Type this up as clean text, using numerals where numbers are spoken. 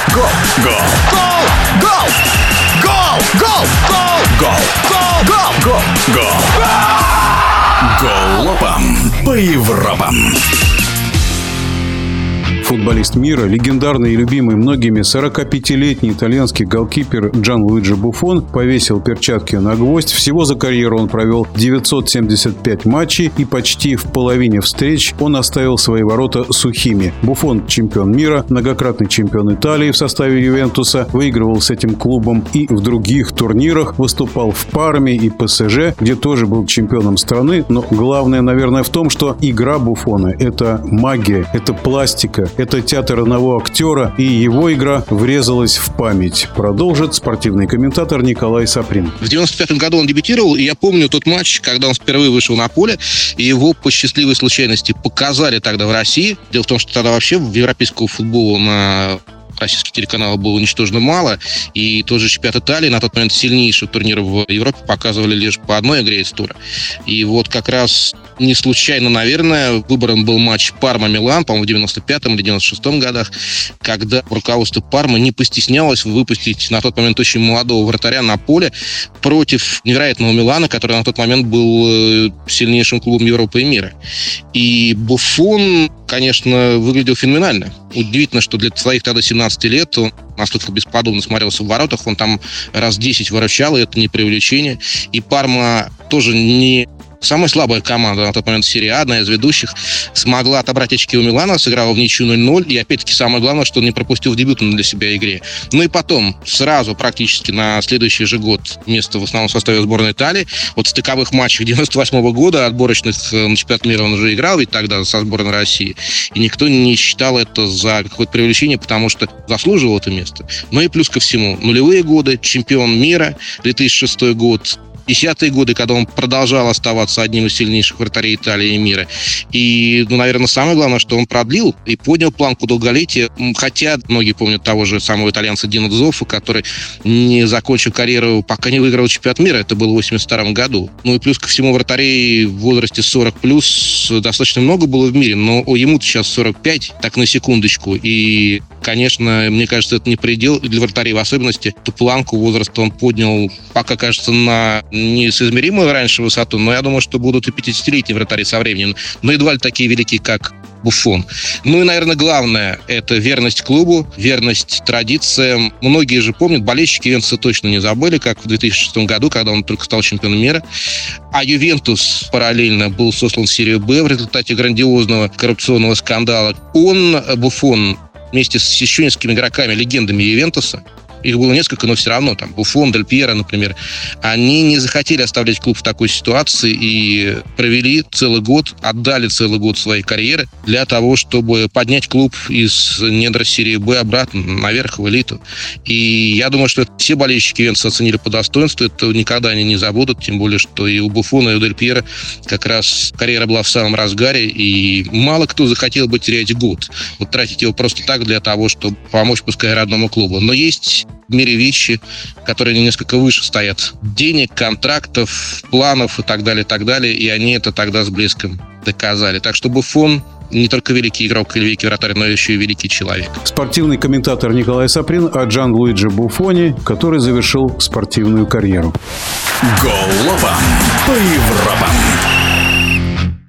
Гол! Гол! Гол! Гол! Гол! Гол! Гол! Гол! Гол! Гол! Голлопом по Европам. Футболист мира, легендарный и любимый многими 45-летний итальянский голкипер Джанлуиджи Буффон повесил перчатки на гвоздь. Всего за карьеру он провел 975 матчей, и почти в половине встреч он оставил свои ворота сухими. Буффон – чемпион мира, многократный чемпион Италии в составе Ювентуса, выигрывал с этим клубом и в других турнирах, выступал в Парме и ПСЖ, где тоже был чемпионом страны. Но главное, наверное, в том, что игра Буффона – это магия, это пластика, это театр одного актера, и его игра врезалась в память. Продолжит спортивный комментатор Николай Саприн. В 95-м году он дебютировал, и я помню тот матч, когда он впервые вышел на поле, и его по счастливой случайности показали тогда в России. Дело в том, что тогда вообще европейского футбола на российских телеканалов было уничтожено мало, и тот же чемпионат Италии, на тот момент сильнейший турнир в Европе, показывали лишь по одной игре из тура. И вот как раз не случайно, наверное, выбран был матч Парма-Милан, по-моему, в 95-м или 96-м годах, когда руководство Пармы не постеснялось выпустить на тот момент очень молодого вратаря на поле против невероятного Милана, который на тот момент был сильнейшим клубом Европы и мира. И Буффон, конечно, выглядел феноменально. Удивительно, что для своих тогда 17 лет он настолько бесподобно смотрелся в воротах. Он там раз 10 выручал, и это не преувеличение. И Парма тоже не самая слабая команда на тот момент в серии А, одна из ведущих, смогла отобрать очки у Милана, сыграла в ничью 0-0, и опять-таки самое главное, что он не пропустил в дебютной для себя игре. Ну и потом, сразу практически на следующий же год место в основном составе сборной Италии. Вот в стыковых матчах 98-го года, отборочных на чемпионат мира он уже играл, ведь тогда со сборной России, и никто не считал это за какое-то привлечение, потому что заслуживал это место. Ну и плюс ко всему, нулевые годы, чемпион мира, 2006 год, 10-е годы, когда он продолжал оставаться одним из сильнейших вратарей Италии и мира. И, наверное, самое главное, что он продлил и поднял планку долголетия. Хотя многие помнят того же самого итальянца Дино Дзоффа, который не закончил карьеру, пока не выиграл чемпионат мира. Это было в 1982 году. Ну и плюс ко всему вратарей в возрасте 40+, достаточно много было в мире. Но ему-то сейчас 45, так на секундочку. И, конечно, мне кажется, это не предел для вратарей в особенности. Эту планку возраста он поднял, пока, кажется, на несоизмеримую раньше высоту, но я думаю, что будут и 50-летние вратари со временем, но едва ли такие великие, как Буффон. Ну и, наверное, главное – это верность клубу, верность традициям. Многие же помнят, болельщики Ювентуса точно не забыли, как в 2006 году, когда он только стал чемпионом мира. А Ювентус параллельно был сослан в серию Б в результате грандиозного коррупционного скандала. Он, Буффон, вместе с еще несколькими игроками, легендами Ювентуса, их было несколько, но все равно, там, Буффон, Дель Пьеро, например, они не захотели оставлять клуб в такой ситуации и провели целый год, отдали целый год своей карьеры для того, чтобы поднять клуб из недр серии Б обратно, наверх, в элиту. И я думаю, что все болельщики Ювентуса оценили по достоинству, это никогда они не забудут, тем более, что и у Буффона, и у Дель Пьеро как раз карьера была в самом разгаре, и мало кто захотел бы терять год, вот тратить его просто так для того, чтобы помочь, пускай, родному клубу. Но есть в мире вещи, которые несколько выше стоят. Денег, контрактов, планов и так далее, и они это тогда с блеском доказали. Так что Буффон не только великий игрок и великий вратарь, но еще и великий человек. Спортивный комментатор Николай Саприн о Джанлуиджи Буффоне, который завершил спортивную карьеру. Голлопом по Европам.